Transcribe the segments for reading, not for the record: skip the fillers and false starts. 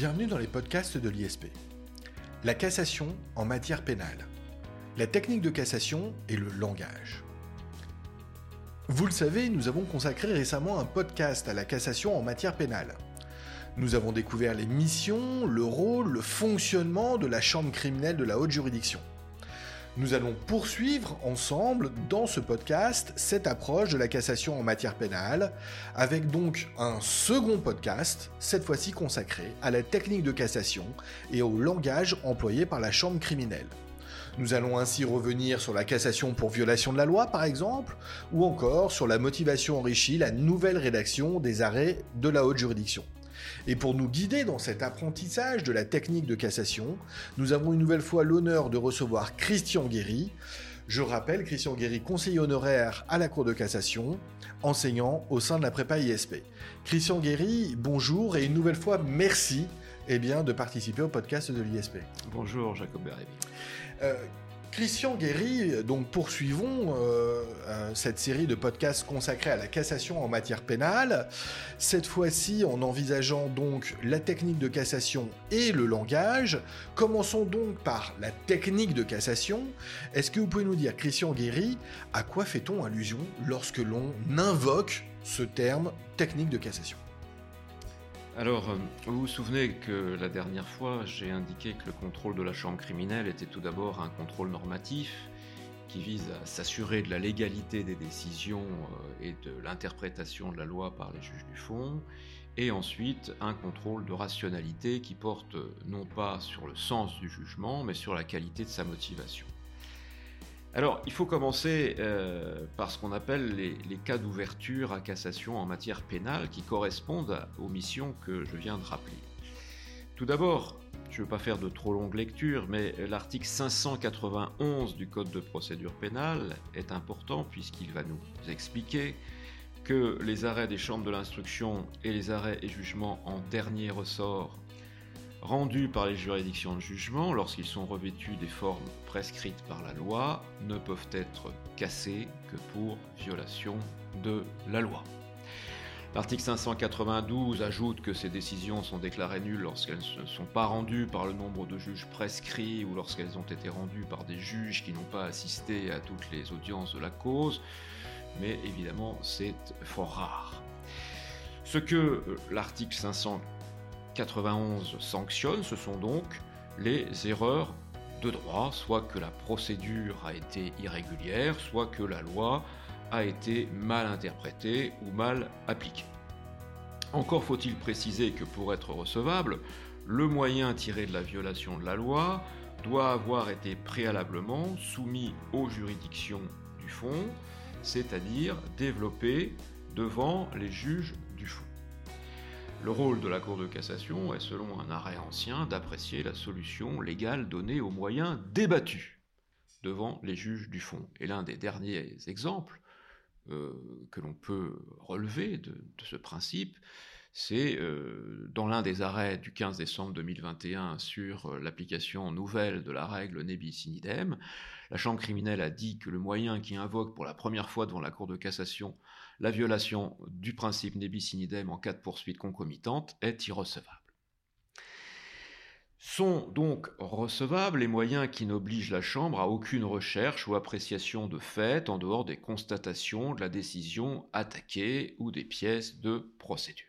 Bienvenue dans les podcasts de l'ISP. La cassation en matière pénale. La technique de cassation et le langage. Vous le savez, nous avons consacré récemment un podcast à la cassation en matière pénale. Nous avons découvert les missions, le rôle, le fonctionnement de la chambre criminelle de la haute juridiction. Nous allons poursuivre ensemble dans ce podcast cette approche de la cassation en matière pénale, avec donc un second podcast, cette fois-ci consacré à la technique de cassation et au langage employé par la chambre criminelle. Nous allons ainsi revenir sur la cassation pour violation de la loi par exemple, ou encore sur la motivation enrichie, la nouvelle rédaction des arrêts de la haute juridiction. Et pour nous guider dans cet apprentissage de la technique de cassation, nous avons une nouvelle fois l'honneur de recevoir Christian Guéry. Je rappelle, Christian Guéry, conseiller honoraire à la Cour de cassation, enseignant au sein de la prépa ISP. Christian Guéry, bonjour et une nouvelle fois merci de participer au podcast de l'ISP. Bonjour Jacob Bérébi. Christian Guéry, donc poursuivons cette série de podcasts consacrés à la cassation en matière pénale, cette fois-ci en envisageant donc la technique de cassation et le langage. Commençons donc par la technique de cassation. Est-ce que vous pouvez nous dire, Christian Guéry, à quoi fait-on allusion lorsque l'on invoque ce terme technique de cassation ? Alors, vous vous souvenez que la dernière fois, j'ai indiqué que le contrôle de la chambre criminelle était tout d'abord un contrôle normatif qui vise à s'assurer de la légalité des décisions et de l'interprétation de la loi par les juges du fond, et ensuite un contrôle de rationalité qui porte non pas sur le sens du jugement, mais sur la qualité de sa motivation. Alors, il faut commencer par ce qu'on appelle les cas d'ouverture à cassation en matière pénale qui correspondent aux missions que je viens de rappeler. Tout d'abord, je ne veux pas faire de trop longue lecture, mais l'article 591 du Code de procédure pénale est important puisqu'il va nous expliquer que les arrêts des chambres de l'instruction et les arrêts et jugements en dernier ressort rendus par les juridictions de jugement, lorsqu'ils sont revêtus des formes prescrites par la loi, ne peuvent être cassés que pour violation de la loi. L'article 592 ajoute que ces décisions sont déclarées nulles lorsqu'elles ne sont pas rendues par le nombre de juges prescrits ou lorsqu'elles ont été rendues par des juges qui n'ont pas assisté à toutes les audiences de la cause, mais évidemment c'est fort rare. Ce que l'article 591 sanctionne, ce sont donc les erreurs de droit, soit que la procédure a été irrégulière, soit que la loi a été mal interprétée ou mal appliquée. Encore faut-il préciser que pour être recevable, le moyen tiré de la violation de la loi doit avoir été préalablement soumis aux juridictions du fond, c'est-à-dire développé devant les juges du fond. Le rôle de la Cour de cassation est, selon un arrêt ancien, d'apprécier la solution légale donnée aux moyens débattus devant les juges du fond. Et l'un des derniers exemples que l'on peut relever de ce principe, c'est dans l'un des arrêts du 15 décembre 2021 sur l'application nouvelle de la règle ne bis in idem, la chambre criminelle a dit que le moyen qui invoque pour la première fois devant la Cour de cassation la violation du principe ne bis in idem en cas de poursuite concomitante est irrecevable. Sont donc recevables les moyens qui n'obligent la Chambre à aucune recherche ou appréciation de fait en dehors des constatations de la décision attaquée ou des pièces de procédure.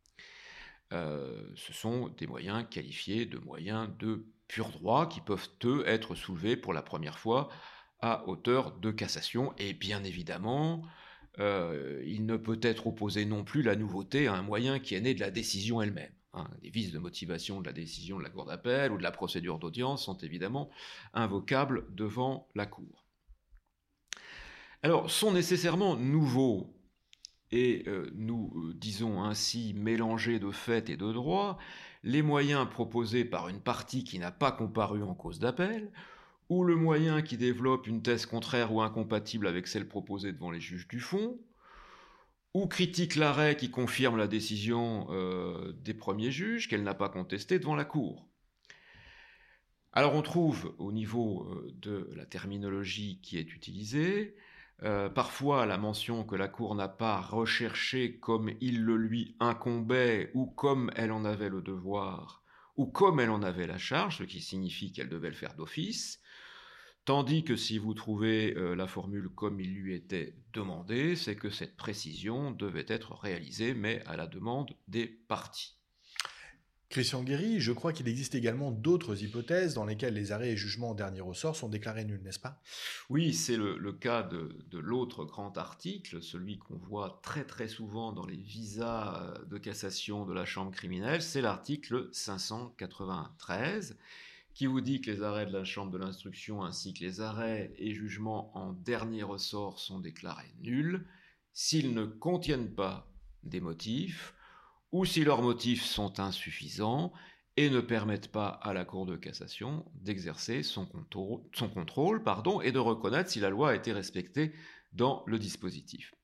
Ce sont des moyens qualifiés de moyens de pur droit qui peuvent, eux, être soulevés pour la première fois à hauteur de cassation. Et bien évidemment, il ne peut être opposé non plus la nouveauté à un moyen qui est né de la décision elle-même. Les vices de motivation de la décision de la Cour d'appel ou de la procédure d'audience sont évidemment invocables devant la Cour. Alors, sont nécessairement nouveaux et nous disons ainsi mélangés de fait et de droit les moyens proposés par une partie qui n'a pas comparu en cause d'appel ou le moyen qui développe une thèse contraire ou incompatible avec celle proposée devant les juges du fond, ou critique l'arrêt qui confirme la décision des premiers juges qu'elle n'a pas contestée devant la Cour. Alors on trouve au niveau de la terminologie qui est utilisée, parfois la mention que la Cour n'a pas recherché comme il le lui incombait ou comme elle en avait le devoir ou comme elle en avait la charge, ce qui signifie qu'elle devait le faire d'office, tandis que si vous trouvez la formule comme il lui était demandé, c'est que cette précision devait être réalisée, mais à la demande des parties. Christian Guéry, je crois qu'il existe également d'autres hypothèses dans lesquelles les arrêts et jugements en dernier ressort sont déclarés nuls, n'est-ce pas? Oui, c'est le cas de l'autre grand article, celui qu'on voit très très souvent dans les visas de cassation de la chambre criminelle, c'est l'article 593, qui vous dit que les arrêts de la chambre de l'instruction ainsi que les arrêts et jugements en dernier ressort sont déclarés nuls s'ils ne contiennent pas des motifs ou si leurs motifs sont insuffisants et ne permettent pas à la Cour de cassation d'exercer son contrôle et de reconnaître si la loi a été respectée dans le dispositif.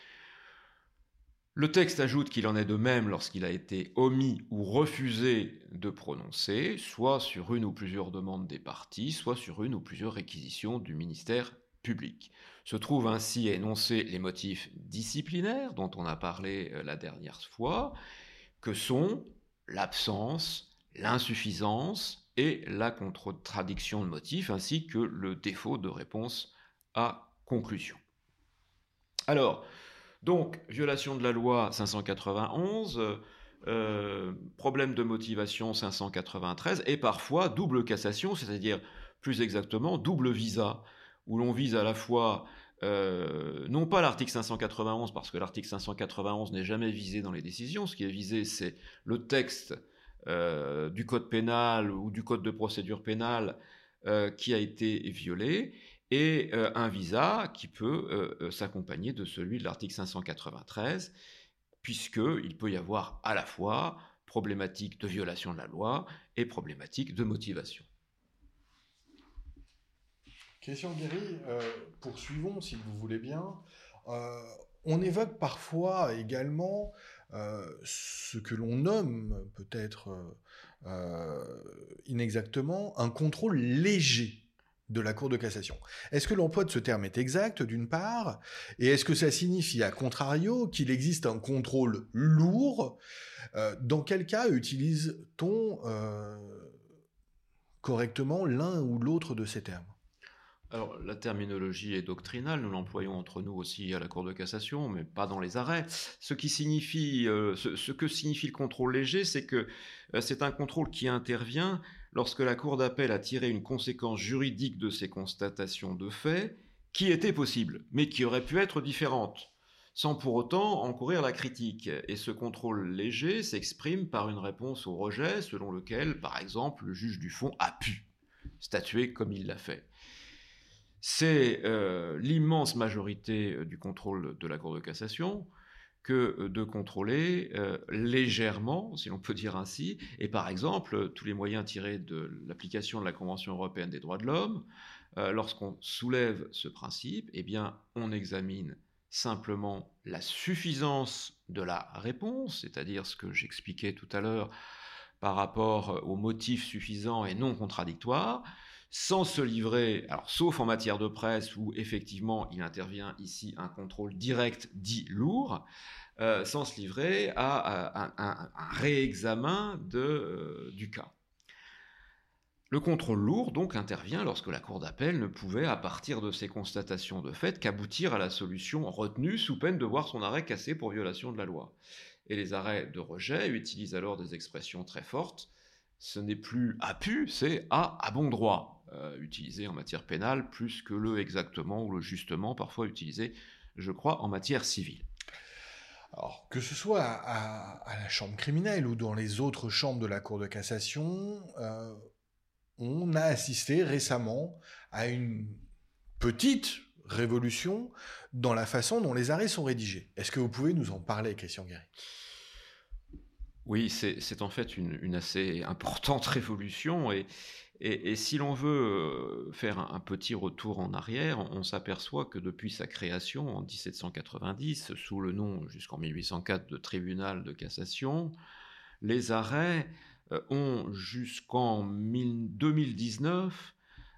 Le texte ajoute qu'il en est de même lorsqu'il a été omis ou refusé de prononcer, soit sur une ou plusieurs demandes des parties, soit sur une ou plusieurs réquisitions du ministère public. Se trouvent ainsi énoncés les motifs disciplinaires dont on a parlé la dernière fois, que sont l'absence, l'insuffisance et la contradiction de motifs, ainsi que le défaut de réponse à conclusion. Alors, donc, violation de la loi 591, problème de motivation 593, et parfois double cassation, c'est-à-dire plus exactement double visa, où l'on vise à la fois non pas l'article 591, parce que l'article 591 n'est jamais visé dans les décisions, ce qui est visé c'est le texte du code pénal ou du code de procédure pénale qui a été violé, et un visa qui peut s'accompagner de celui de l'article 593, puisqu'il peut y avoir à la fois problématique de violation de la loi et problématique de motivation. Christian Guéry, poursuivons si vous voulez bien. On évoque parfois également ce que l'on nomme peut-être inexactement un contrôle léger de la Cour de cassation. Est-ce que l'emploi de ce terme est exact, d'une part, et est-ce que ça signifie, à contrario, qu'il existe un contrôle lourd? Dans quel cas utilise-t-on correctement l'un ou l'autre de ces termes? Alors, la terminologie est doctrinale, nous l'employons entre nous aussi à la Cour de cassation, mais pas dans les arrêts. Ce que signifie le contrôle léger, c'est que c'est un contrôle qui intervient lorsque la Cour d'appel a tiré une conséquence juridique de ces constatations de fait qui était possible, mais qui aurait pu être différente, sans pour autant encourir la critique. Et ce contrôle léger s'exprime par une réponse au rejet, selon lequel, par exemple, le juge du fond a pu statuer comme il l'a fait. C'est l'immense majorité du contrôle de la Cour de cassation que de contrôler légèrement, si l'on peut dire ainsi, et par exemple, tous les moyens tirés de l'application de la Convention européenne des droits de l'homme, lorsqu'on soulève ce principe, eh bien, on examine simplement la suffisance de la réponse, c'est-à-dire ce que j'expliquais tout à l'heure par rapport aux motifs suffisants et non contradictoires, sans se livrer, alors sauf en matière de presse où effectivement il intervient ici un contrôle direct dit lourd, sans se livrer à un réexamen du cas. Le contrôle lourd donc intervient lorsque la Cour d'appel ne pouvait, à partir de ces constatations de fait, qu'aboutir à la solution retenue sous peine de voir son arrêt cassé pour violation de la loi. Et les arrêts de rejet utilisent alors des expressions très fortes. Ce n'est plus « a pu », c'est « à bon droit », utilisé en matière pénale plus que le « exactement » ou le « justement », parfois utilisé, je crois, en matière civile. Alors, que ce soit à la chambre criminelle ou dans les autres chambres de la Cour de cassation, on a assisté récemment à une petite révolution dans la façon dont les arrêts sont rédigés. Est-ce que vous pouvez nous en parler, Christian Guéry ? Oui, c'est en fait une assez importante révolution, et si l'on veut faire un petit retour en arrière, on s'aperçoit que depuis sa création en 1790, sous le nom jusqu'en 1804 de tribunal de cassation, les arrêts ont jusqu'en 2019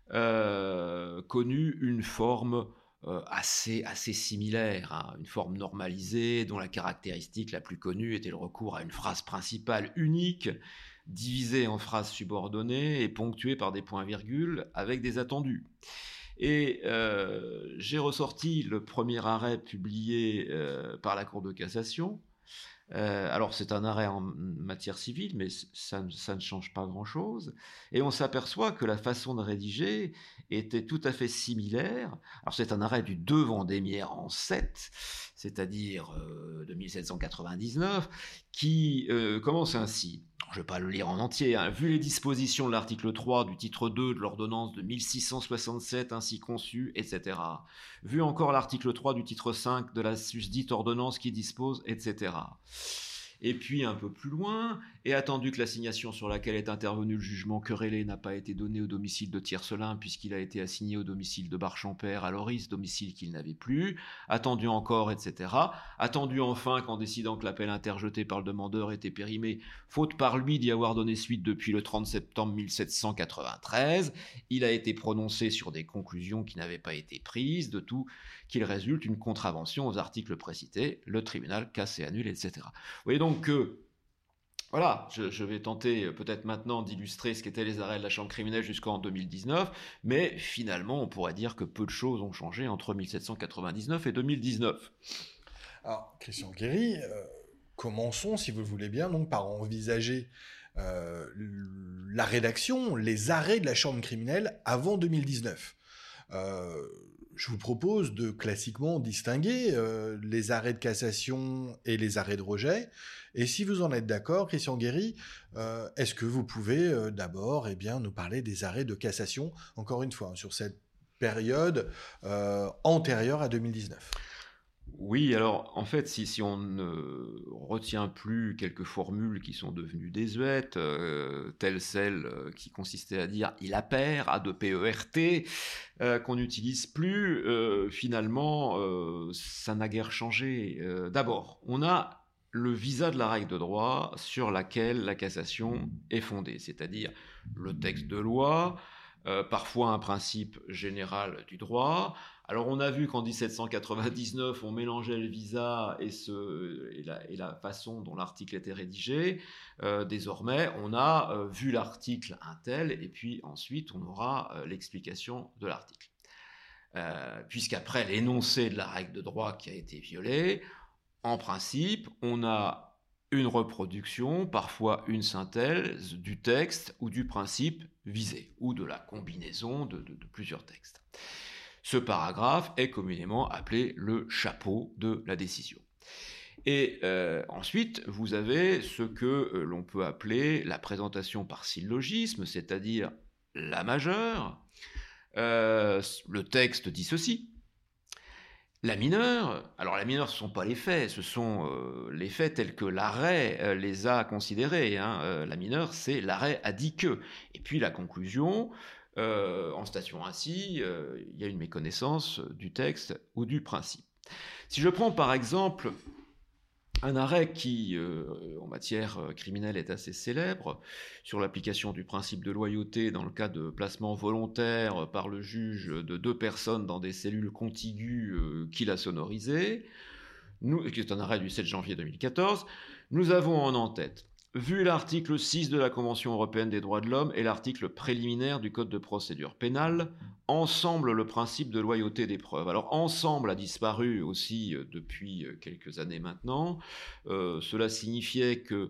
connu une forme assez similaire, hein, une forme normalisée dont la caractéristique la plus connue était le recours à une phrase principale unique divisé en phrases subordonnées et ponctué par des points-virgules avec des attendus. Et j'ai ressorti le premier arrêt publié par la Cour de cassation. Alors c'est un arrêt en matière civile, mais ça ne change pas grand-chose. Et on s'aperçoit que la façon de rédiger était tout à fait similaire. Alors c'est un arrêt du 2 Vendémiaire en 7, c'est-à-dire de 1799, qui commence ainsi. Je ne vais pas le lire en entier. Hein. Vu les dispositions de l'article 3 du titre 2 de l'ordonnance de 1667 ainsi conçue, etc. Vu encore l'article 3 du titre 5 de la susdite ordonnance qui dispose, etc. Et puis un peu plus loin, et attendu que l'assignation sur laquelle est intervenu le jugement querellé n'a pas été donnée au domicile de Tiercelin puisqu'il a été assigné au domicile de Barchampère à Loris, domicile qu'il n'avait plus, attendu encore, etc. Attendu enfin qu'en décidant que l'appel interjeté par le demandeur était périmé, faute par lui d'y avoir donné suite depuis le 30 septembre 1793, il a été prononcé sur des conclusions qui n'avaient pas été prises, de tout qu'il résulte une contravention aux articles précités, le tribunal casse et annule, etc. Vous voyez donc que, voilà, je vais tenter peut-être maintenant d'illustrer ce qu'étaient les arrêts de la Chambre criminelle jusqu'en 2019, mais finalement on pourrait dire que peu de choses ont changé entre 1799 et 2019. Alors, Christian Guéry, commençons, si vous le voulez bien, donc, par envisager la rédaction, les arrêts de la Chambre criminelle avant 2019. Je vous propose de classiquement distinguer les arrêts de cassation et les arrêts de rejet. Et si vous en êtes d'accord, Christian Guéry, est-ce que vous pouvez d'abord nous parler des arrêts de cassation, encore une fois, hein, sur cette période antérieure à 2019 ? Oui, alors en fait, si on ne retient plus quelques formules qui sont devenues désuètes, telle celle qui consistait à dire « il appert », A2PERT, qu'on n'utilise plus, finalement, ça n'a guère changé. D'abord, on a le visa de la règle de droit sur laquelle la cassation est fondée, c'est-à-dire le texte de loi, parfois un principe général du droit. Alors on a vu qu'en 1799, on mélangeait le visa et la façon dont l'article était rédigé. Désormais, on a vu l'article un tel, et puis ensuite on aura l'explication de l'article. Puisqu'après l'énoncé de la règle de droit qui a été violée, en principe, on a une reproduction, parfois une synthèse du texte ou du principe visé, ou de la combinaison de plusieurs textes. Ce paragraphe est communément appelé le chapeau de la décision. Et ensuite, vous avez ce que l'on peut appeler la présentation par syllogisme, c'est-à-dire la majeure. Le texte dit ceci. La mineure, alors la mineure, ce ne sont pas les faits, ce sont les faits tels que l'arrêt les a considérés. La mineure, c'est l'arrêt a dit que. Et puis la conclusion, en statuant ainsi, il y a une méconnaissance du texte ou du principe. Si je prends par exemple un arrêt qui, en matière criminelle, est assez célèbre, sur l'application du principe de loyauté dans le cas de placement volontaire par le juge de 2 personnes dans des cellules contiguës qu'il a sonorisées, qui est un arrêt du 7 janvier 2014, nous avons en tête, vu l'article 6 de la Convention européenne des droits de l'homme et l'article préliminaire du Code de procédure pénale, ensemble le principe de loyauté des preuves. Alors ensemble a disparu aussi depuis quelques années maintenant. Cela signifiait que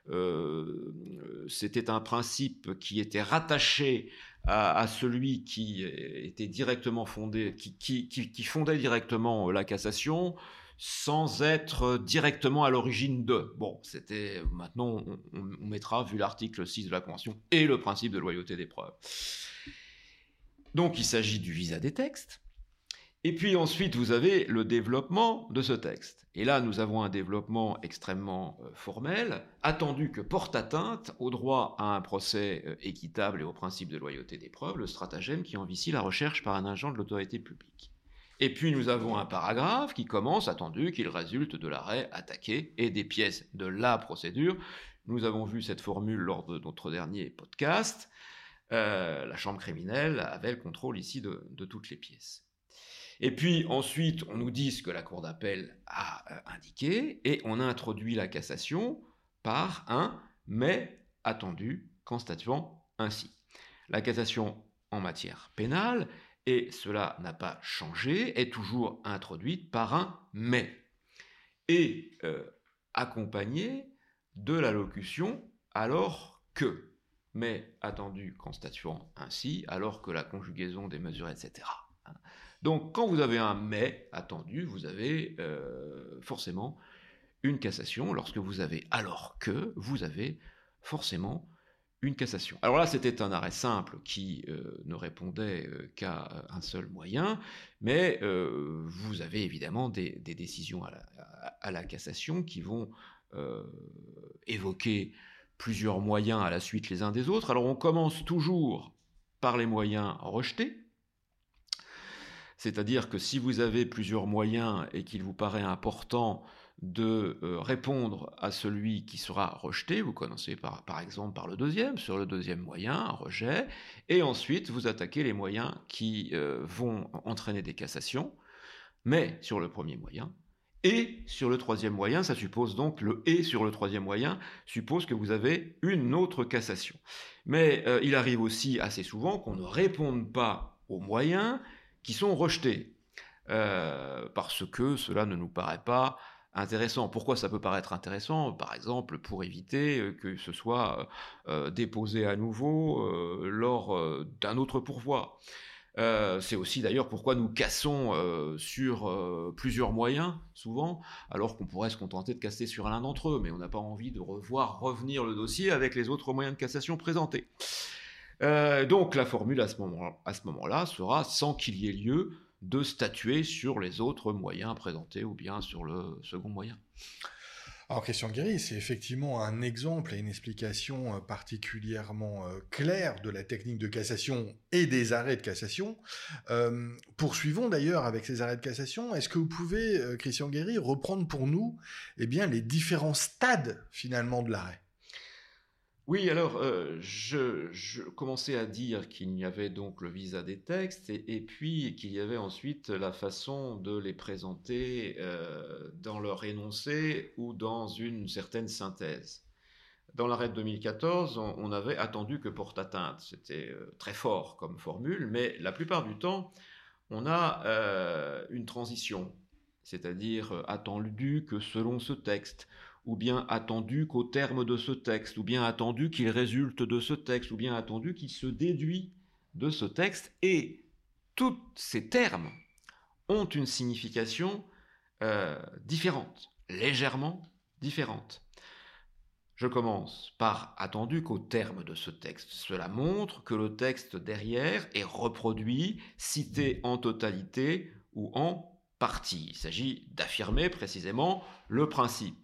c'était un principe qui était rattaché à celui qui était directement fondé, qui fondait directement la cassation, sans être directement à l'origine de. Bon, c'était... Maintenant, on mettra, vu l'article 6 de la Convention, et le principe de loyauté des preuves. Donc, il s'agit du visa des textes. Et puis ensuite, vous avez le développement de ce texte. Et là, nous avons un développement extrêmement formel, attendu que porte atteinte au droit à un procès équitable et au principe de loyauté des preuves, le stratagème qui envicie la recherche par un agent de l'autorité publique. Et puis nous avons un paragraphe qui commence, attendu qu'il résulte de l'arrêt attaqué et des pièces de la procédure. Nous avons vu cette formule lors de notre dernier podcast. La chambre criminelle avait le contrôle ici de toutes les pièces. Et puis ensuite, on nous dit ce que la cour d'appel a indiqué, et on a introduit la cassation par un « mais attendu qu'en statuant ainsi. La cassation en matière pénale, et cela n'a pas changé, est toujours introduite par un « mais » et accompagnée de la locution « alors que ». Mais attendu qu'en statuant ainsi, alors que la conjugaison des mesures, etc. Donc, quand vous avez un mais attendu, vous avez forcément une cassation. Lorsque vous avez alors que, vous avez forcément une cassation. Alors là, c'était un arrêt simple qui ne répondait qu'à un seul moyen, mais vous avez évidemment des décisions à la cassation qui vont évoquer plusieurs moyens à la suite les uns des autres. Alors on commence toujours par les moyens rejetés, c'est-à-dire que si vous avez plusieurs moyens et qu'il vous paraît important de répondre à celui qui sera rejeté, vous commencez par exemple par le deuxième, sur le deuxième moyen, un rejet, et ensuite vous attaquez les moyens qui vont entraîner des cassations, mais sur le premier moyen, et sur le troisième moyen, ça suppose donc le « et » sur le troisième moyen, suppose que vous avez une autre cassation. Mais il arrive aussi assez souvent qu'on ne réponde pas aux moyens qui sont rejetés, parce que cela ne nous paraît pas intéressant. Pourquoi ça peut paraître intéressant ? Par exemple, pour éviter que ce soit déposé à nouveau lors d'un autre pourvoi. C'est aussi d'ailleurs pourquoi nous cassons sur plusieurs moyens, souvent, alors qu'on pourrait se contenter de casser sur l'un d'entre eux, mais on n'a pas envie de revoir revenir le dossier avec les autres moyens de cassation présentés. Donc la formule à ce moment-là sera sans qu'il y ait lieu de statuer sur les autres moyens présentés ou bien sur le second moyen. Alors Christian Guéry, c'est effectivement un exemple et une explication particulièrement claire de la technique de cassation et des arrêts de cassation. Poursuivons d'ailleurs avec ces arrêts de cassation. Est-ce que vous pouvez, Christian Guéry, reprendre pour nous les différents stades finalement de l'arrêt ? Oui, alors je commençais à dire qu'il y avait donc le visa des textes et puis qu'il y avait ensuite la façon de les présenter dans leur énoncé ou dans une certaine synthèse. Dans l'arrêt de 2014, on avait attendu que porte atteinte. C'était très fort comme formule, mais la plupart du temps, on a une transition, c'est-à-dire attendu que selon ce texte, ou bien attendu qu'au terme de ce texte, ou bien attendu qu'il résulte de ce texte, ou bien attendu qu'il se déduit de ce texte, et tous ces termes ont une signification différente, légèrement différente. Je commence par attendu qu'au terme de ce texte. Cela montre que le texte derrière est reproduit, cité en totalité ou en partie. Il s'agit d'affirmer précisément le principe.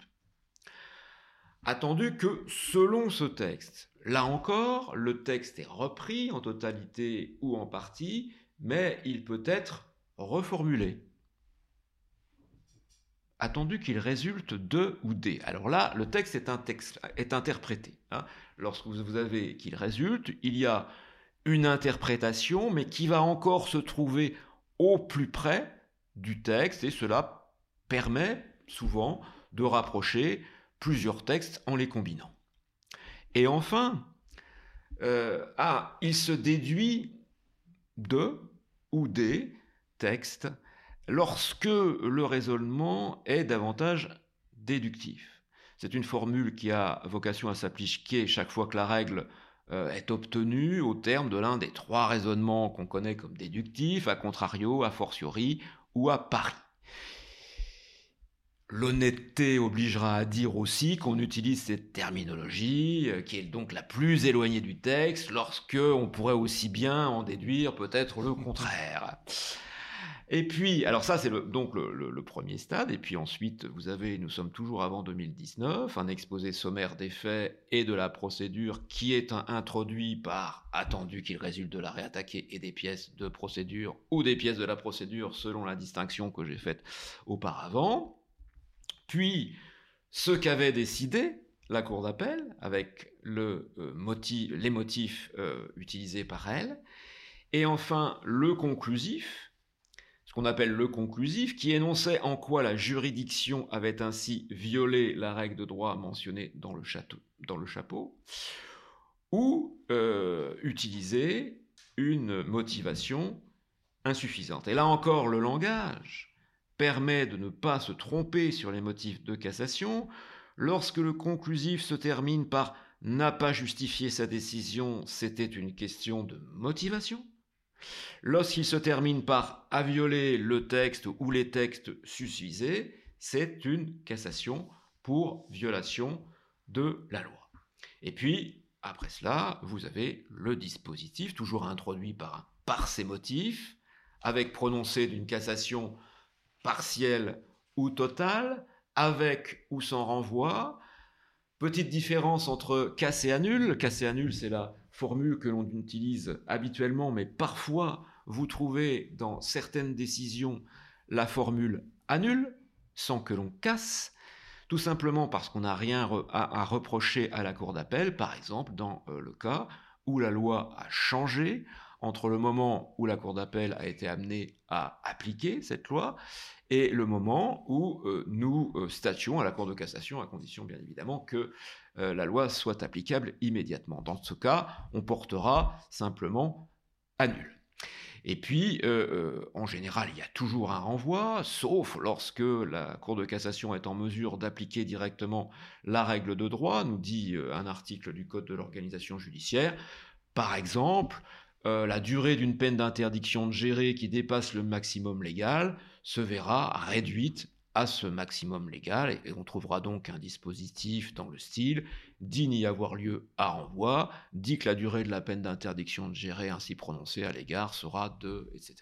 Attendu que selon ce texte, là encore, le texte est repris en totalité ou en partie, mais il peut être reformulé. Attendu qu'il résulte de ou des. Alors là, le texte est interprété. Lorsque vous avez qu'il résulte, il y a une interprétation, mais qui va encore se trouver au plus près du texte, et cela permet souvent de rapprocher plusieurs textes en les combinant. Et enfin, il se déduit de ou des textes lorsque le raisonnement est davantage déductif. C'est une formule qui a vocation à s'appliquer chaque fois que la règle est obtenue au terme de l'un des trois raisonnements qu'on connaît comme déductifs, a contrario, a fortiori ou à pari. L'honnêteté obligera à dire aussi qu'on utilise cette terminologie qui est donc la plus éloignée du texte lorsque on pourrait aussi bien en déduire peut-être le contraire. Et puis, alors ça c'est donc le premier stade, et puis ensuite vous avez, nous sommes toujours avant 2019, un exposé sommaire des faits et de la procédure qui est introduit par attendu qu'il résulte de l'arrêt attaqué et des pièces de procédure ou des pièces de la procédure selon la distinction que j'ai faite auparavant. Puis, ce qu'avait décidé la Cour d'appel avec les motifs utilisés par elle, et enfin le conclusif, ce qu'on appelle le conclusif, qui énonçait en quoi la juridiction avait ainsi violé la règle de droit mentionnée dans le chapeau, ou utiliser une motivation insuffisante. Et là encore, le langage permet de ne pas se tromper sur les motifs de cassation. Lorsque le conclusif se termine par « n'a pas justifié sa décision, c'était une question de motivation ». Lorsqu'il se termine par « a violé le texte ou les textes susvisés », c'est une cassation pour violation de la loi. Et puis, après cela, vous avez le dispositif, toujours introduit par ces motifs, avec prononcé d'une cassation partielle ou totale, avec ou sans renvoi. Petite différence entre casse et annule. Casse et annule, c'est la formule que l'on utilise habituellement, mais parfois vous trouvez dans certaines décisions la formule annule, sans que l'on casse, tout simplement parce qu'on n'a rien à reprocher à la cour d'appel, par exemple dans le cas où la loi a changé entre le moment où la cour d'appel a été amenée à appliquer cette loi et le moment où nous statuons à la cour de cassation, à condition bien évidemment que la loi soit applicable immédiatement. Dans ce cas, on portera simplement annule. Et puis, en général, il y a toujours un renvoi, sauf lorsque la Cour de cassation est en mesure d'appliquer directement la règle de droit, nous dit un article du Code de l'organisation judiciaire. Par exemple, la durée d'une peine d'interdiction de gérer qui dépasse le maximum légal se verra réduite à ce maximum légal, et on trouvera donc un dispositif dans le style « dit n'y avoir lieu à renvoi », dit que la durée de la peine d'interdiction de gérer ainsi prononcée à l'égard sera de, etc.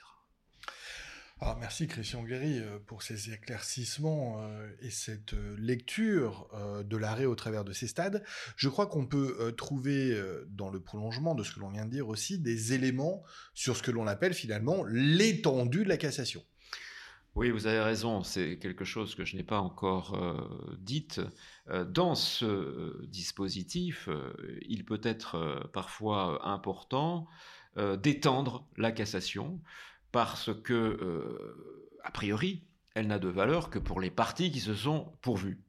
Alors, merci Christian Guéry pour ces éclaircissements et cette lecture de l'arrêt au travers de ces stades. Je crois qu'on peut trouver dans le prolongement de ce que l'on vient de dire aussi des éléments sur ce que l'on appelle finalement l'étendue de la cassation. Oui, vous avez raison, c'est quelque chose que je n'ai pas encore dite. Dans ce dispositif, il peut être parfois important d'étendre la cassation parce que, a priori, elle n'a de valeur que pour les parties qui se sont pourvues.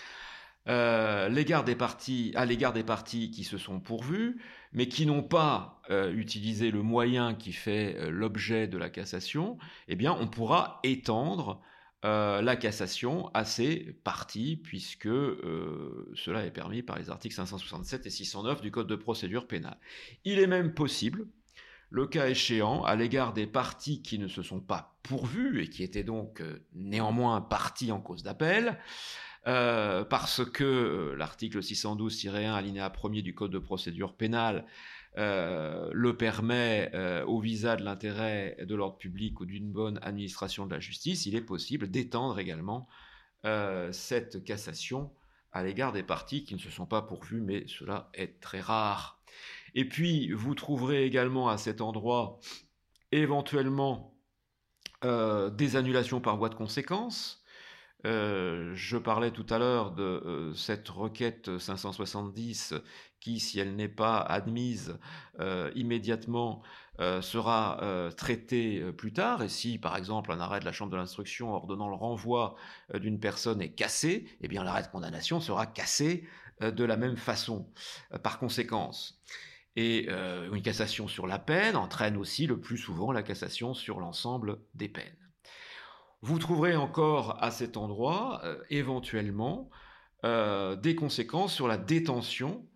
À l'égard des parties qui se sont pourvues, mais qui n'ont pas utilisé le moyen qui fait l'objet de la cassation, eh bien, on pourra étendre la cassation à ces parties, puisque cela est permis par les articles 567 et 609 du Code de procédure pénale. Il est même possible, le cas échéant, à l'égard des parties qui ne se sont pas pourvues et qui étaient donc néanmoins parties en cause d'appel, parce que l'article 612-1 alinéa 1er du Code de procédure pénale le permet au visa de l'intérêt de l'ordre public ou d'une bonne administration de la justice, il est possible d'étendre également cette cassation à l'égard des parties qui ne se sont pas pourvues, mais cela est très rare. Et puis, vous trouverez également à cet endroit éventuellement des annulations par voie de conséquence. Je parlais tout à l'heure de cette requête 570 qui, si elle n'est pas admise immédiatement, sera traitée plus tard. Et si, par exemple, un arrêt de la Chambre de l'instruction ordonnant le renvoi d'une personne est cassé, eh bien l'arrêt de condamnation sera cassé de la même façon, par conséquence. Et une cassation sur la peine entraîne aussi le plus souvent la cassation sur l'ensemble des peines. Vous trouverez encore à cet endroit, éventuellement, des conséquences sur la détention.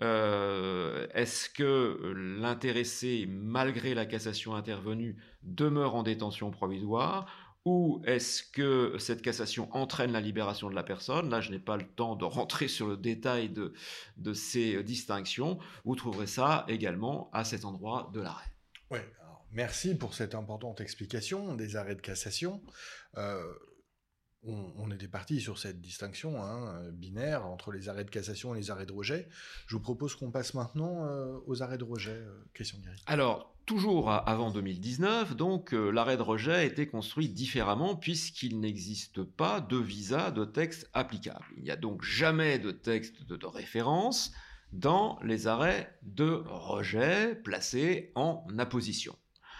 Est-ce que l'intéressé, malgré la cassation intervenue, demeure en détention provisoire, ou est-ce que cette cassation entraîne la libération de la personne? Là, je n'ai pas le temps de rentrer sur le détail de ces distinctions. Vous trouverez ça également à cet endroit de l'arrêt. Oui, alors, merci pour cette importante explication des arrêts de cassation. On était parti sur cette distinction binaire entre les arrêts de cassation et les arrêts de rejet. Je vous propose qu'on passe maintenant aux arrêts de rejet, Christian Guéry. Alors, toujours avant 2019, donc, l'arrêt de rejet a été construit différemment puisqu'il n'existe pas de visa de texte applicable. Il n'y a donc jamais de texte de référence dans les arrêts de rejet placés en apposition.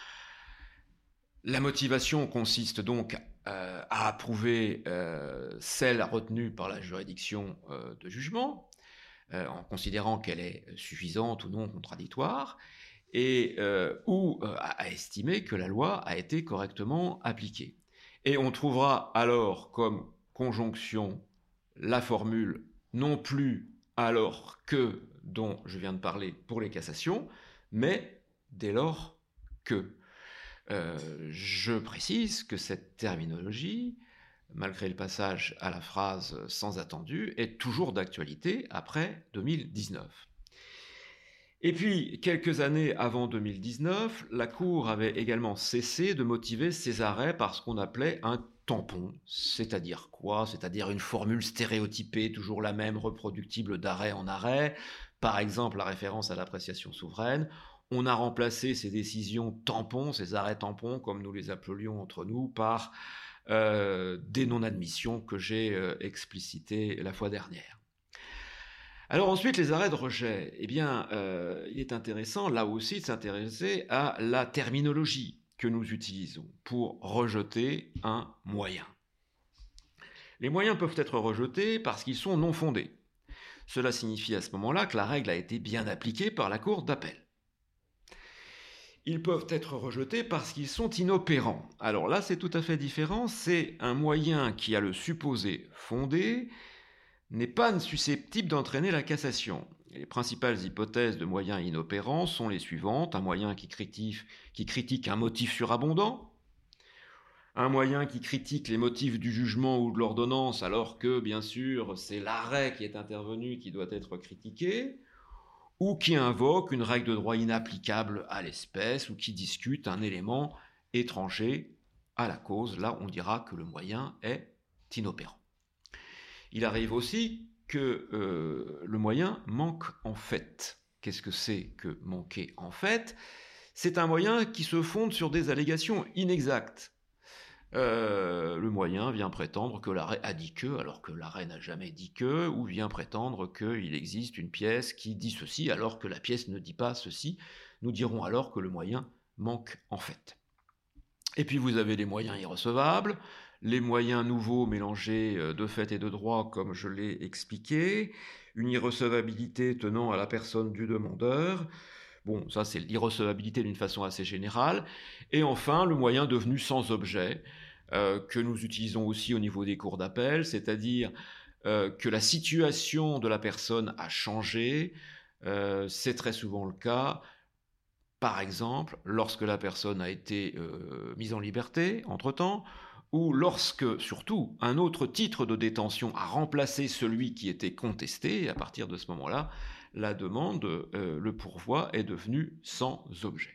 La motivation consiste donc à approuver celle retenue par la juridiction de jugement. en considérant qu'elle est suffisante ou non contradictoire, ou a estimé que la loi a été correctement appliquée. Et on trouvera alors comme conjonction la formule non plus alors que dont je viens de parler pour les cassations, mais dès lors que. Je précise que cette terminologie, malgré le passage à la phrase sans attendu, est toujours d'actualité après 2019. Et puis, quelques années avant 2019, la Cour avait également cessé de motiver ses arrêts par ce qu'on appelait un tampon. C'est-à-dire quoi ? C'est-à-dire une formule stéréotypée, toujours la même, reproductible d'arrêt en arrêt. Par exemple, la référence à l'appréciation souveraine. On a remplacé ces décisions tampons, ces arrêts tampons, comme nous les appelions entre nous, par des non-admissions que j'ai explicités la fois dernière. Alors ensuite, les arrêts de rejet. Eh bien, il est intéressant, là aussi, de s'intéresser à la terminologie que nous utilisons pour rejeter un moyen. Les moyens peuvent être rejetés parce qu'ils sont non fondés. Cela signifie à ce moment-là que la règle a été bien appliquée par la Cour d'appel. Ils peuvent être rejetés parce qu'ils sont inopérants. Alors là, c'est tout à fait différent. C'est un moyen qui a le supposé fondé, n'est pas susceptible d'entraîner la cassation. Les principales hypothèses de moyens inopérants sont les suivantes. Un moyen qui critique un motif surabondant, un moyen qui critique les motifs du jugement ou de l'ordonnance alors que, bien sûr, c'est l'arrêt qui est intervenu qui doit être critiqué, ou qui invoque une règle de droit inapplicable à l'espèce, ou qui discute un élément étranger à la cause. Là, on dira que le moyen est inopérant. Il arrive aussi que le moyen manque en fait. Qu'est-ce que c'est que manquer en fait ? C'est un moyen qui se fonde sur des allégations inexactes. Le moyen vient prétendre que l'arrêt a dit que, alors que l'arrêt n'a jamais dit que, ou vient prétendre qu'il existe une pièce qui dit ceci, alors que la pièce ne dit pas ceci. Nous dirons alors que le moyen manque en fait. Et puis vous avez les moyens irrecevables, les moyens nouveaux mélangés de fait et de droit, comme je l'ai expliqué, une irrecevabilité tenant à la personne du demandeur. Bon, ça c'est l'irrecevabilité d'une façon assez générale. Et enfin, le moyen devenu sans objet, que nous utilisons aussi au niveau des cours d'appel, c'est-à-dire que la situation de la personne a changé. C'est très souvent le cas, par exemple, lorsque la personne a été mise en liberté entre-temps, ou lorsque, surtout, un autre titre de détention a remplacé celui qui était contesté, et à partir de ce moment-là, la demande, le pourvoi est devenu sans objet.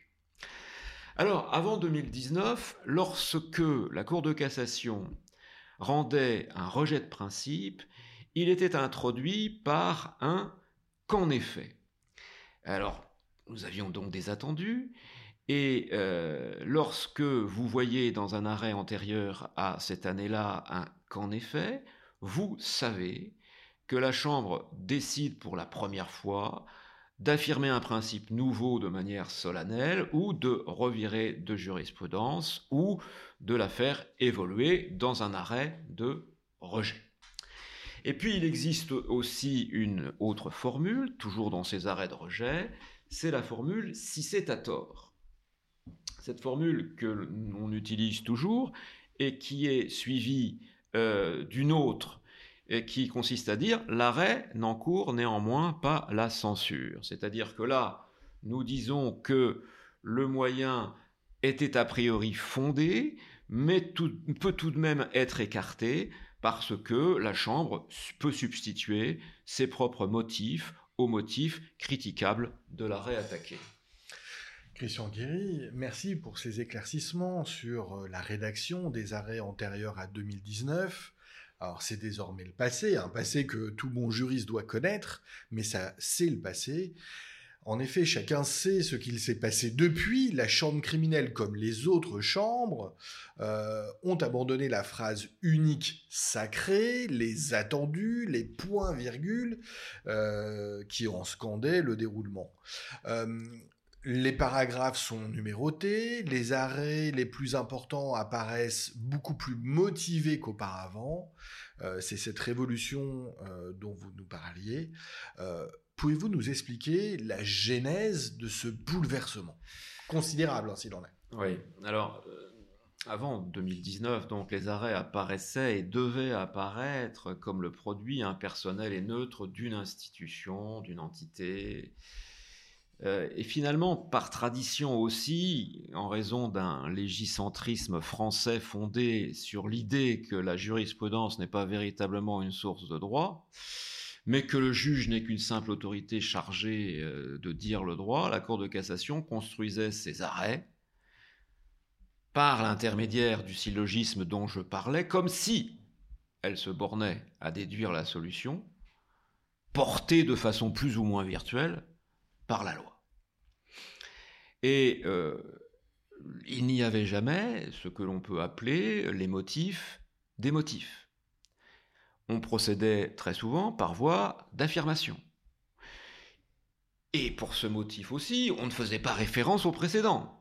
Alors, avant 2019, lorsque la Cour de cassation rendait un rejet de principe, il était introduit par un « qu'en effet ». Alors, nous avions donc des attendus, et lorsque vous voyez dans un arrêt antérieur à cette année-là un « qu'en effet », vous savez que la Chambre décide pour la première fois d'affirmer un principe nouveau de manière solennelle ou de revirer de jurisprudence ou de la faire évoluer dans un arrêt de rejet. Et puis il existe aussi une autre formule, toujours dans ces arrêts de rejet, c'est la formule « si c'est à tort ». Cette formule que l'on utilise toujours et qui est suivie d'une autre qui consiste à dire « l'arrêt n'encourt néanmoins pas la censure ». C'est-à-dire que là, nous disons que le moyen était a priori fondé, mais peut tout de même être écarté parce que la Chambre peut substituer ses propres motifs aux motifs critiquables de l'arrêt attaqué. Christian Guéry, merci pour ces éclaircissements sur la rédaction des arrêts antérieurs à 2019. Alors c'est désormais le passé, un passé que tout bon juriste doit connaître, mais ça c'est le passé. En effet, chacun sait ce qu'il s'est passé depuis. La chambre criminelle, comme les autres chambres, ont abandonné la phrase unique sacrée, les attendus, les points-virgules qui en scandaient le déroulement. Les paragraphes sont numérotés, les arrêts les plus importants apparaissent beaucoup plus motivés qu'auparavant. C'est cette révolution dont vous nous parliez. Pouvez-vous nous expliquer la genèse de ce bouleversement considérable, s'il en est? Oui, alors avant 2019, donc les arrêts apparaissaient et devaient apparaître comme le produit impersonnel et neutre d'une institution, d'une entité. Et finalement, par tradition aussi, en raison d'un légicentrisme français fondé sur l'idée que la jurisprudence n'est pas véritablement une source de droit, mais que le juge n'est qu'une simple autorité chargée de dire le droit, la Cour de cassation construisait ses arrêts par l'intermédiaire du syllogisme dont je parlais, comme si elle se bornait à déduire la solution, portée de façon plus ou moins virtuelle par la loi. Et il n'y avait jamais ce que l'on peut appeler les motifs des motifs. On procédait très souvent par voie d'affirmation. Et pour ce motif aussi, on ne faisait pas référence au précédent.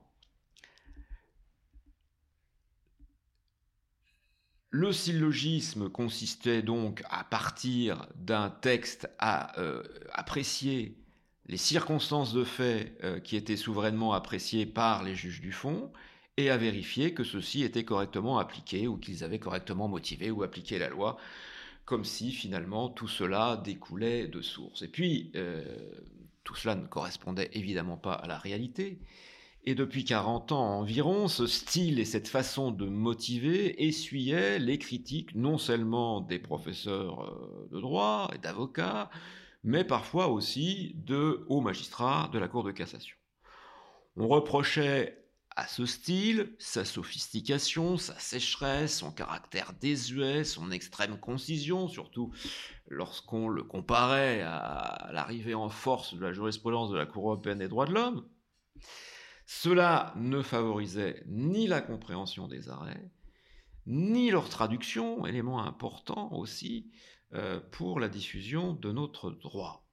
Le syllogisme consistait donc à partir d'un texte à apprécier les circonstances de fait qui étaient souverainement appréciées par les juges du fond et à vérifier que ceux-ci étaient correctement appliqués ou qu'ils avaient correctement motivé ou appliqué la loi, comme si finalement tout cela découlait de source. Et puis, tout cela ne correspondait évidemment pas à la réalité. Et depuis 40 ans environ, ce style et cette façon de motiver essuyaient les critiques non seulement des professeurs de droit et d'avocats, mais parfois aussi de hauts magistrats de la Cour de cassation. On reprochait à ce style sa sophistication, sa sécheresse, son caractère désuet, son extrême concision, surtout lorsqu'on le comparait à l'arrivée en force de la jurisprudence de la Cour européenne des droits de l'homme. Cela ne favorisait ni la compréhension des arrêts, ni leur traduction, élément important aussi pour la diffusion de notre droit.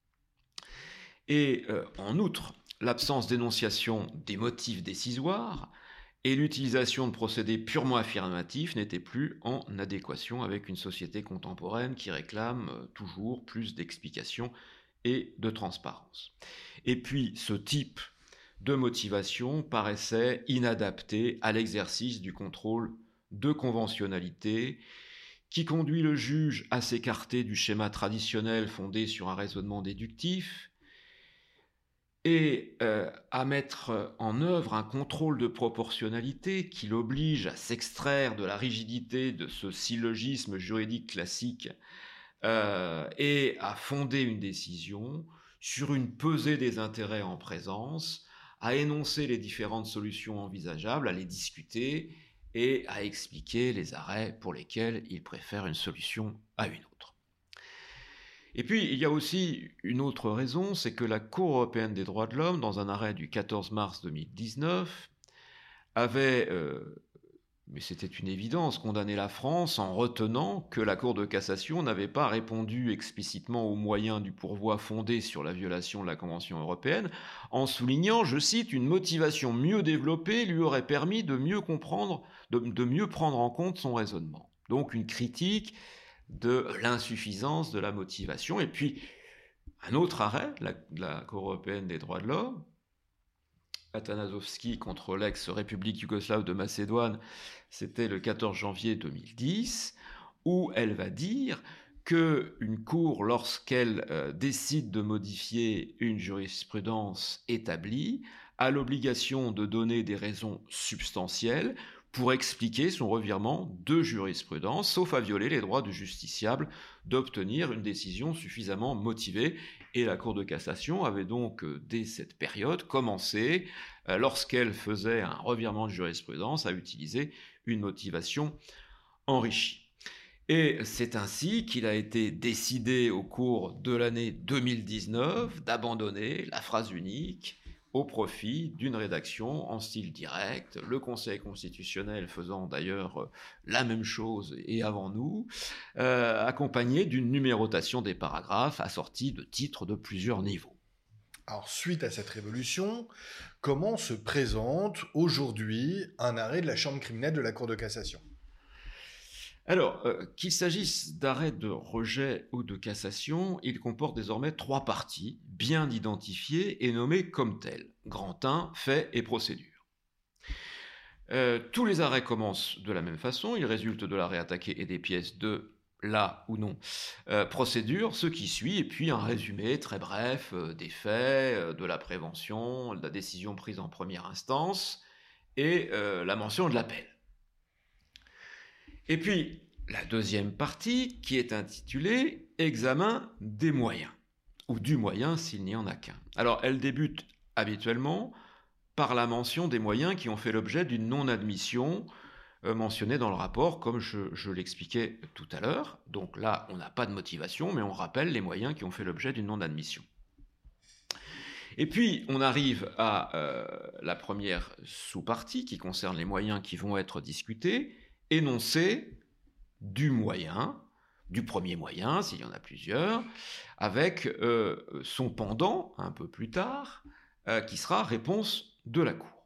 Et en outre, l'absence d'énonciation des motifs décisoires et l'utilisation de procédés purement affirmatifs n'étaient plus en adéquation avec une société contemporaine qui réclame toujours plus d'explications et de transparence. Et puis, ce type de motivation paraissait inadapté à l'exercice du contrôle de conventionnalité qui conduit le juge à s'écarter du schéma traditionnel fondé sur un raisonnement déductif et à mettre en œuvre un contrôle de proportionnalité qui l'oblige à s'extraire de la rigidité de ce syllogisme juridique classique et à fonder une décision sur une pesée des intérêts en présence, à énoncer les différentes solutions envisageables, à les discuter et à expliquer les arrêts pour lesquels il préfère une solution à une autre. Et puis, il y a aussi une autre raison, c'est que la Cour européenne des droits de l'homme, dans un arrêt du 14 mars 2019, avait, mais c'était une évidence, condamné la France en retenant que la Cour de cassation n'avait pas répondu explicitement aux moyens du pourvoi fondé sur la violation de la Convention européenne, en soulignant, je cite, une motivation mieux développée lui aurait permis de mieux comprendre, de mieux prendre en compte son raisonnement. Donc une critique de l'insuffisance de la motivation. Et puis, un autre arrêt, la Cour européenne des droits de l'homme, Atanasovski contre l'ex-République yougoslave de Macédoine, c'était le 14 janvier 2010, où elle va dire qu'une cour, lorsqu'elle décide de modifier une jurisprudence établie, a l'obligation de donner des raisons substantielles pour expliquer son revirement de jurisprudence, sauf à violer les droits du justiciable d'obtenir une décision suffisamment motivée. Et la Cour de cassation avait donc, dès cette période, commencé, lorsqu'elle faisait un revirement de jurisprudence, à utiliser une motivation enrichie. Et c'est ainsi qu'il a été décidé au cours de l'année 2019 d'abandonner la phrase unique au profit d'une rédaction en style direct, le Conseil constitutionnel faisant d'ailleurs la même chose et avant nous, accompagné d'une numérotation des paragraphes assortie de titres de plusieurs niveaux. Alors, suite à cette révolution, comment se présente aujourd'hui un arrêt de la Chambre criminelle de la Cour de cassation? Alors, qu'il s'agisse d'arrêt de rejet ou de cassation, il comporte désormais 3 parties, bien identifiées et nommées comme telles. Grand 1, fait et procédure. Tous les arrêts commencent de la même façon, ils résultent de l'arrêt attaqué et des pièces de là ou non procédure, ce qui suit, et puis un résumé très bref des faits, de la prévention, de la décision prise en première instance, et la mention de l'appel. Et puis, la deuxième partie, qui est intitulée « Examen des moyens », ou du moyen s'il n'y en a qu'un. Alors, elle débute habituellement par la mention des moyens qui ont fait l'objet d'une non-admission mentionnée dans le rapport, comme je l'expliquais tout à l'heure. Donc là, on n'a pas de motivation, mais on rappelle les moyens qui ont fait l'objet d'une non-admission. Et puis, on arrive à la première sous-partie, qui concerne les moyens qui vont être discutés, énoncé du moyen, du premier moyen, s'il y en a plusieurs, avec son pendant, un peu plus tard, qui sera réponse de la Cour.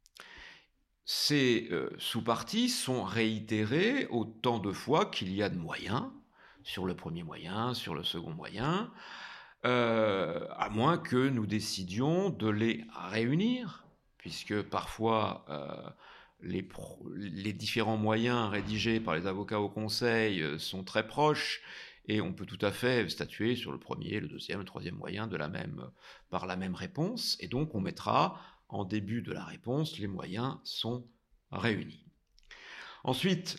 Ces sous-parties sont réitérées autant de fois qu'il y a de moyens, sur le premier moyen, sur le second moyen, à moins que nous décidions de les réunir, puisque parfois les différents moyens rédigés par les avocats au conseil sont très proches, et on peut tout à fait statuer sur le premier, le deuxième, le troisième moyen par la même réponse, et donc on mettra en début de la réponse, les moyens sont réunis. Ensuite,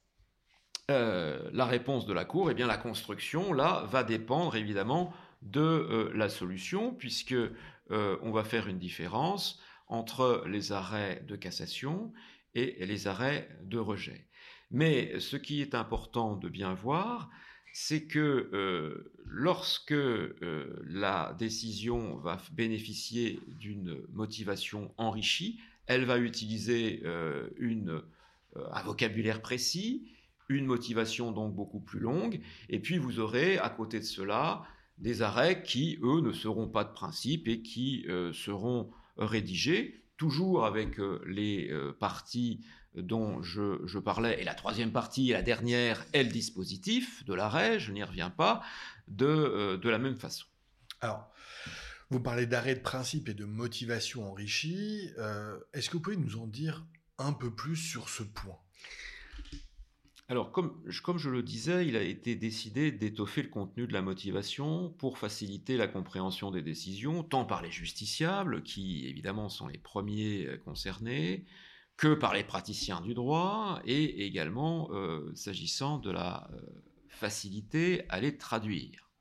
la réponse de la Cour, eh bien la construction, là, va dépendre évidemment de la solution, puisque on va faire une différence entre les arrêts de cassation et les arrêts de rejet. Mais ce qui est important de bien voir, c'est que lorsque la décision va bénéficier d'une motivation enrichie, elle va utiliser un vocabulaire précis, une motivation donc beaucoup plus longue, et puis vous aurez à côté de cela des arrêts qui, eux, ne seront pas de principe et qui seront rédigés, toujours avec les parties dont je parlais, et la troisième partie, et la dernière, est le dispositif de l'arrêt, je n'y reviens pas, de la même façon. Alors, vous parlez d'arrêt de principe et de motivation enrichie. Est-ce que vous pouvez nous en dire un peu plus sur ce point ? Alors, comme je le disais, il a été décidé d'étoffer le contenu de la motivation pour faciliter la compréhension des décisions, tant par les justiciables, qui évidemment sont les premiers concernés, que par les praticiens du droit, et également s'agissant de la facilité à les traduire.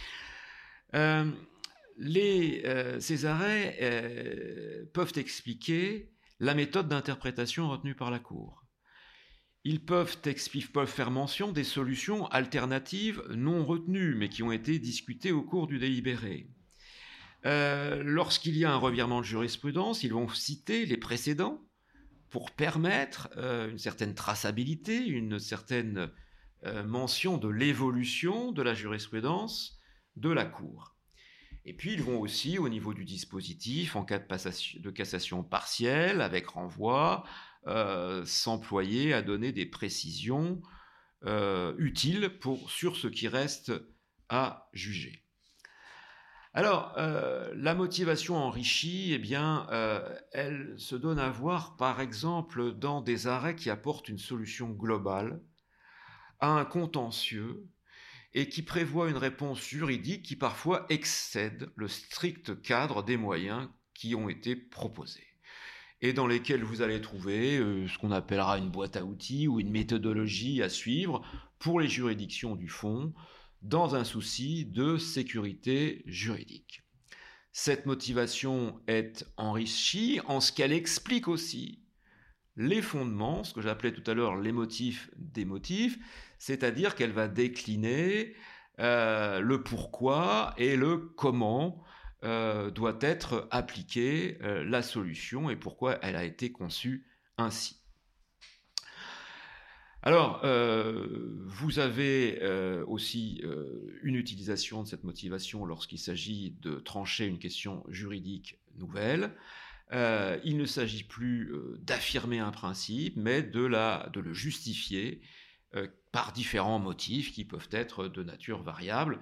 Ces arrêts peuvent expliquer la méthode d'interprétation retenue par la Cour. Ils peuvent faire mention des solutions alternatives non retenues, mais qui ont été discutées au cours du délibéré. Lorsqu'il y a un revirement de jurisprudence, ils vont citer les précédents pour permettre une certaine traçabilité, une certaine mention de l'évolution de la jurisprudence de la Cour. Et puis ils vont aussi, au niveau du dispositif, en cas de cassation partielle, avec renvoi, s'employer à donner des précisions utiles sur ce qui reste à juger. Alors, la motivation enrichie, eh bien, elle se donne à voir, par exemple, dans des arrêts qui apportent une solution globale à un contentieux et qui prévoit une réponse juridique qui parfois excède le strict cadre des moyens qui ont été proposés, et dans lesquels vous allez trouver ce qu'on appellera une boîte à outils ou une méthodologie à suivre pour les juridictions du fond, dans un souci de sécurité juridique. Cette motivation est enrichie en ce qu'elle explique aussi les fondements, ce que j'appelais tout à l'heure les motifs des motifs, c'est-à-dire qu'elle va décliner le pourquoi et le comment doit être appliquée la solution et pourquoi elle a été conçue ainsi. Alors, vous avez aussi une utilisation de cette motivation lorsqu'il s'agit de trancher une question juridique nouvelle. Il ne s'agit plus d'affirmer un principe, mais de le justifier par différents motifs qui peuvent être de nature variable,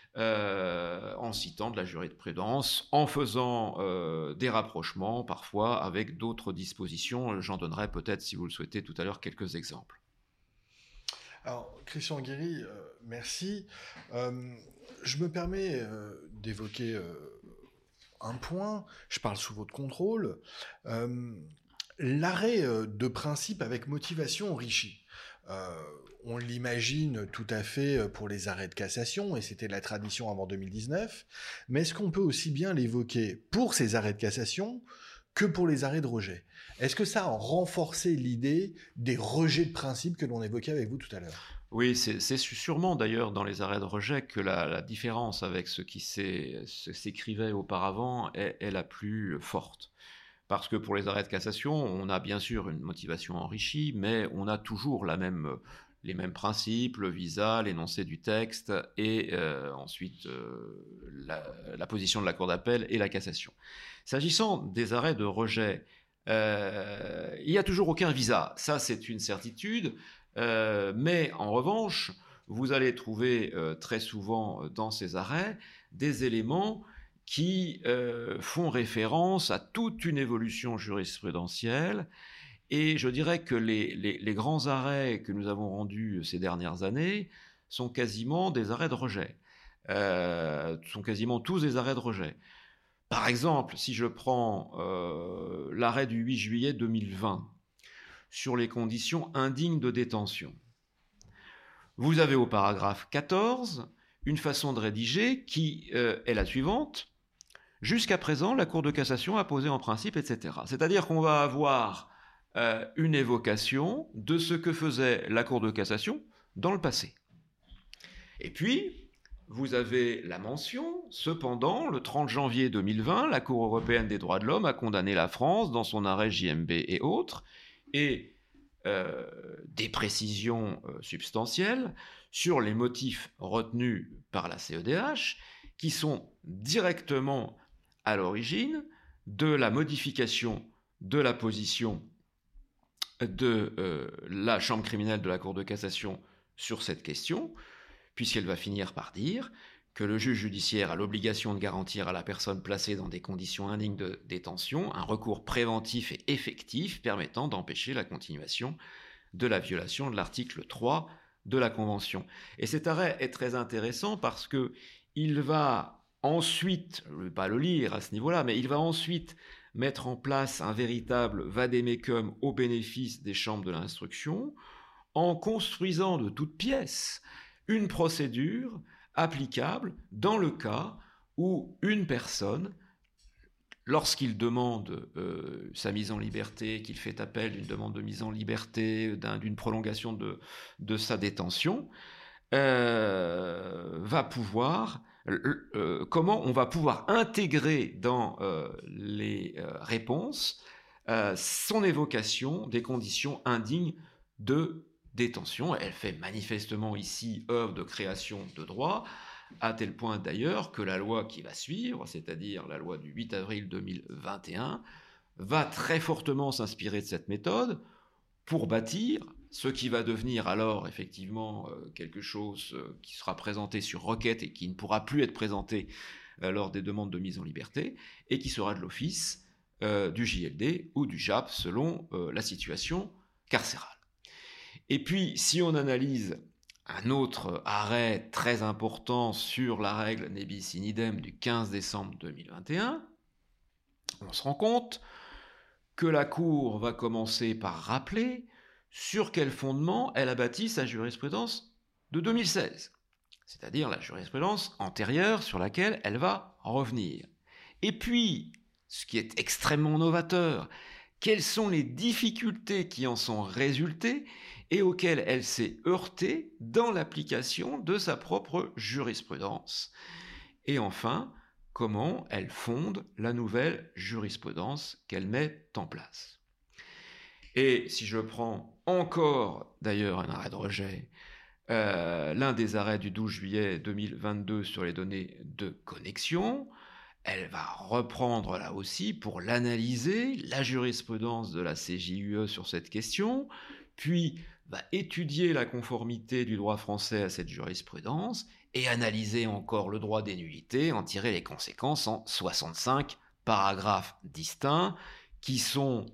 en citant de la jurisprudence, en faisant des rapprochements parfois avec d'autres dispositions. J'en donnerai peut-être, si vous le souhaitez, tout à l'heure quelques exemples. Alors, Christian Guéry, merci. Je me permets d'évoquer un point, je parle sous votre contrôle, l'arrêt de principe avec motivation enrichie. On l'imagine tout à fait pour les arrêts de cassation, et c'était la tradition avant 2019, mais est-ce qu'on peut aussi bien l'évoquer pour ces arrêts de cassation que pour les arrêts de rejet? Est-ce que ça a renforcé l'idée des rejets de principe que l'on évoquait avec vous tout à l'heure? Oui, c'est sûrement d'ailleurs dans les arrêts de rejet que la différence avec ce qui s'écrivait auparavant est la plus forte. Parce que pour les arrêts de cassation, on a bien sûr une motivation enrichie, mais on a toujours les mêmes principes, le visa, l'énoncé du texte, et ensuite la position de la Cour d'appel et la cassation. S'agissant des arrêts de rejet, il n'y a toujours aucun visa, ça c'est une certitude, mais en revanche, vous allez trouver très souvent dans ces arrêts des éléments qui font référence à toute une évolution jurisprudentielle. Et je dirais que les grands arrêts que nous avons rendus ces dernières années sont quasiment des arrêts de rejet. Sont quasiment tous des arrêts de rejet. Par exemple, si je prends l'arrêt du 8 juillet 2020 sur les conditions indignes de détention, vous avez au paragraphe 14 une façon de rédiger qui est la suivante. Jusqu'à présent, la Cour de cassation a posé en principe, etc. C'est-à-dire qu'on va avoir une évocation de ce que faisait la Cour de cassation dans le passé. Et puis, vous avez la mention, cependant, le 30 janvier 2020, la Cour européenne des droits de l'homme a condamné la France dans son arrêt JMB et autres, et des précisions substantielles sur les motifs retenus par la CEDH qui sont directement à l'origine de la modification de la position de la chambre criminelle de la Cour de cassation sur cette question, puisqu'elle va finir par dire que le juge judiciaire a l'obligation de garantir à la personne placée dans des conditions indignes de détention un recours préventif et effectif permettant d'empêcher la continuation de la violation de l'article 3 de la Convention. Et cet arrêt est très intéressant parce qu'il va ensuite, je ne vais pas le lire à ce niveau-là, mais il va ensuite mettre en place un véritable vade-mecum au bénéfice des chambres de l'instruction en construisant de toutes pièces une procédure applicable dans le cas où une personne, lorsqu'il demande sa mise en liberté, qu'il fait appel d'une demande de mise en liberté, d'une prolongation de sa détention, va pouvoir, comment on va pouvoir intégrer dans les réponses son évocation des conditions indignes de détention. Elle fait manifestement ici œuvre de création de droit, à tel point d'ailleurs que la loi qui va suivre, c'est-à-dire la loi du 8 avril 2021, va très fortement s'inspirer de cette méthode pour bâtir ce qui va devenir alors effectivement quelque chose qui sera présenté sur requête et qui ne pourra plus être présenté lors des demandes de mise en liberté, et qui sera de l'office du JLD ou du JAP selon la situation carcérale. Et puis, si on analyse un autre arrêt très important sur la règle ne bis in idem du 15 décembre 2021, on se rend compte que la Cour va commencer par rappeler sur quel fondement elle a bâti sa jurisprudence de 2016, c'est-à-dire la jurisprudence antérieure sur laquelle elle va revenir. Et puis, ce qui est extrêmement novateur, quelles sont les difficultés qui en sont résultées et auxquelles elle s'est heurtée dans l'application de sa propre jurisprudence. Et enfin, comment elle fonde la nouvelle jurisprudence qu'elle met en place. Et si je prends encore d'ailleurs un arrêt de rejet, l'un des arrêts du 12 juillet 2022 sur les données de connexion, elle va reprendre là aussi pour l'analyser, la jurisprudence de la CJUE sur cette question, puis va étudier la conformité du droit français à cette jurisprudence et analyser encore le droit des nullités, en tirer les conséquences en 65 paragraphes distincts qui sont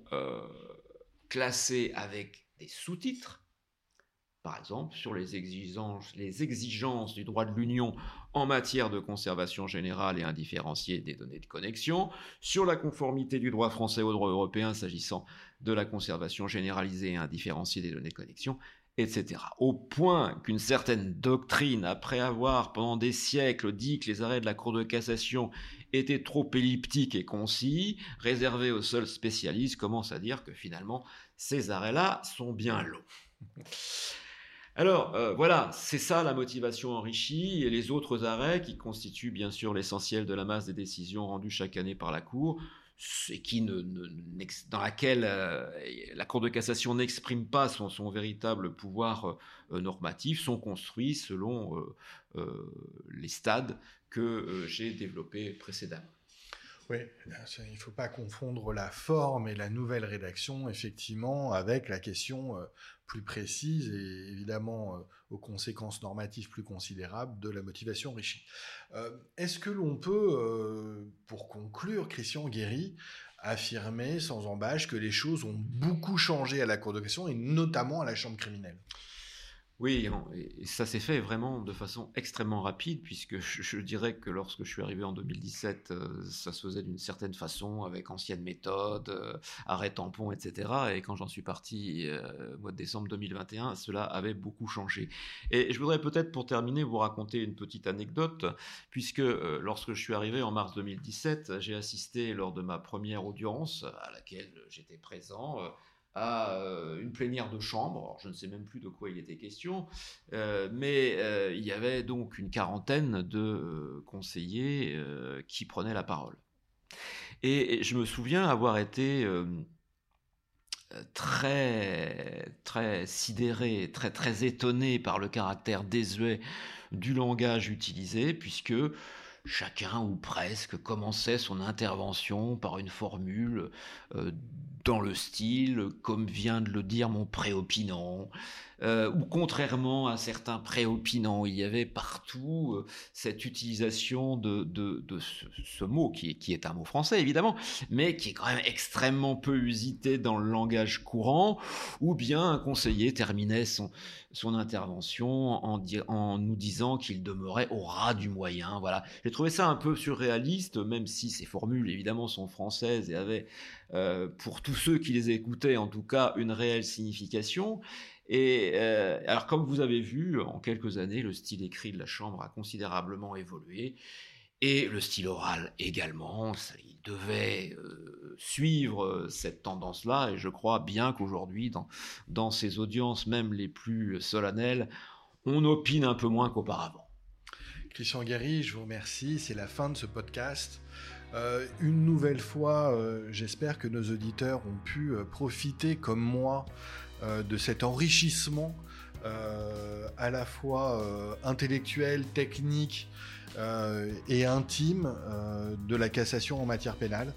classés avec des sous-titres. Par exemple, sur les exigences du droit de l'Union en matière de conservation générale et indifférenciée des données de connexion, sur la conformité du droit français au droit européen s'agissant de la conservation généralisée et indifférenciée des données de connexion, etc. Au point qu'une certaine doctrine, après avoir pendant des siècles dit que les arrêts de la Cour de cassation étaient trop elliptiques et concis, réservés aux seuls spécialistes, commence à dire que finalement ces arrêts-là sont bien longs. Alors voilà, c'est ça la motivation enrichie, et les autres arrêts qui constituent bien sûr l'essentiel de la masse des décisions rendues chaque année par la Cour, et dans laquelle la Cour de cassation n'exprime pas son véritable pouvoir normatif, sont construits selon les stades que j'ai développés précédemment. Oui, il ne faut pas confondre la forme et la nouvelle rédaction, effectivement, avec la question plus précise et évidemment aux conséquences normatives plus considérables de la motivation enrichie. Est-ce que l'on peut, pour conclure, Christian Guéry, affirmer sans embâche que les choses ont beaucoup changé à la Cour de cassation et notamment à la Chambre criminelle ? Oui, et ça s'est fait vraiment de façon extrêmement rapide, puisque je dirais que lorsque je suis arrivé en 2017, ça se faisait d'une certaine façon, avec anciennes méthodes, arrêt tampon, etc. Et quand j'en suis parti au mois de décembre 2021, cela avait beaucoup changé. Et je voudrais peut-être, pour terminer, vous raconter une petite anecdote, puisque lorsque je suis arrivé en mars 2017, j'ai assisté lors de ma première audience, à laquelle j'étais présent, à une plénière de chambre. Alors, je ne sais même plus de quoi il était question, mais il y avait donc une quarantaine de conseillers qui prenaient la parole. Et je me souviens avoir été très, très sidéré, très, très étonné par le caractère désuet du langage utilisé, puisque chacun ou presque commençait son intervention par une formule dans le style « comme vient de le dire mon préopinant », ou contrairement à certains préopinants, il y avait partout cette utilisation de ce mot qui est un mot français évidemment, mais qui est quand même extrêmement peu usité dans le langage courant, ou bien un conseiller terminait son intervention en nous disant qu'il demeurait au ras du moyen. Voilà. J'ai trouvé ça un peu surréaliste, même si ces formules évidemment sont françaises et avaient pour tous ceux qui les écoutaient en tout cas une réelle signification. Et alors comme vous avez vu, en quelques années, le style écrit de la Chambre a considérablement évolué, et le style oral également. Il devait suivre cette tendance-là, et je crois bien qu'aujourd'hui, dans ces audiences même les plus solennelles, on opine un peu moins qu'auparavant. Christian Guéry, je vous remercie, c'est la fin de ce podcast. Une nouvelle fois, j'espère que nos auditeurs ont pu profiter comme moi de cet enrichissement à la fois intellectuel, technique et intime de la cassation en matière pénale.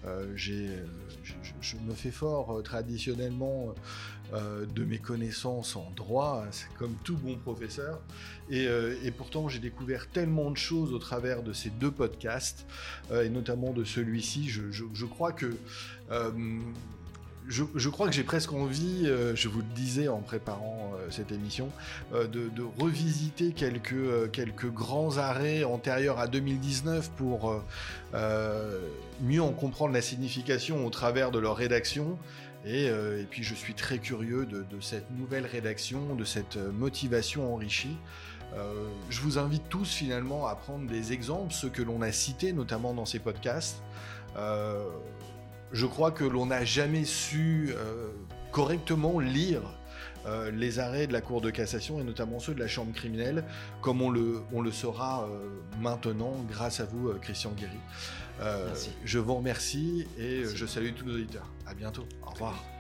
Je me fais fort traditionnellement de mes connaissances en droit, c'est comme tout bon professeur, et pourtant j'ai découvert tellement de choses au travers de ces deux podcasts, et notamment de celui-ci. Je crois que j'ai presque envie, je vous le disais en préparant cette émission, de revisiter quelques grands arrêts antérieurs à 2019 pour mieux en comprendre la signification au travers de leur rédaction. Et puis je suis très curieux de cette nouvelle rédaction, de cette motivation enrichie. Je vous invite tous finalement à prendre des exemples, ceux que l'on a cités notamment dans ces podcasts. Je crois que l'on n'a jamais su correctement lire les arrêts de la Cour de cassation et notamment ceux de la Chambre criminelle comme on le saura maintenant grâce à vous, Christian Guéry. Je vous remercie et je salue tous nos auditeurs. À bientôt. Au revoir.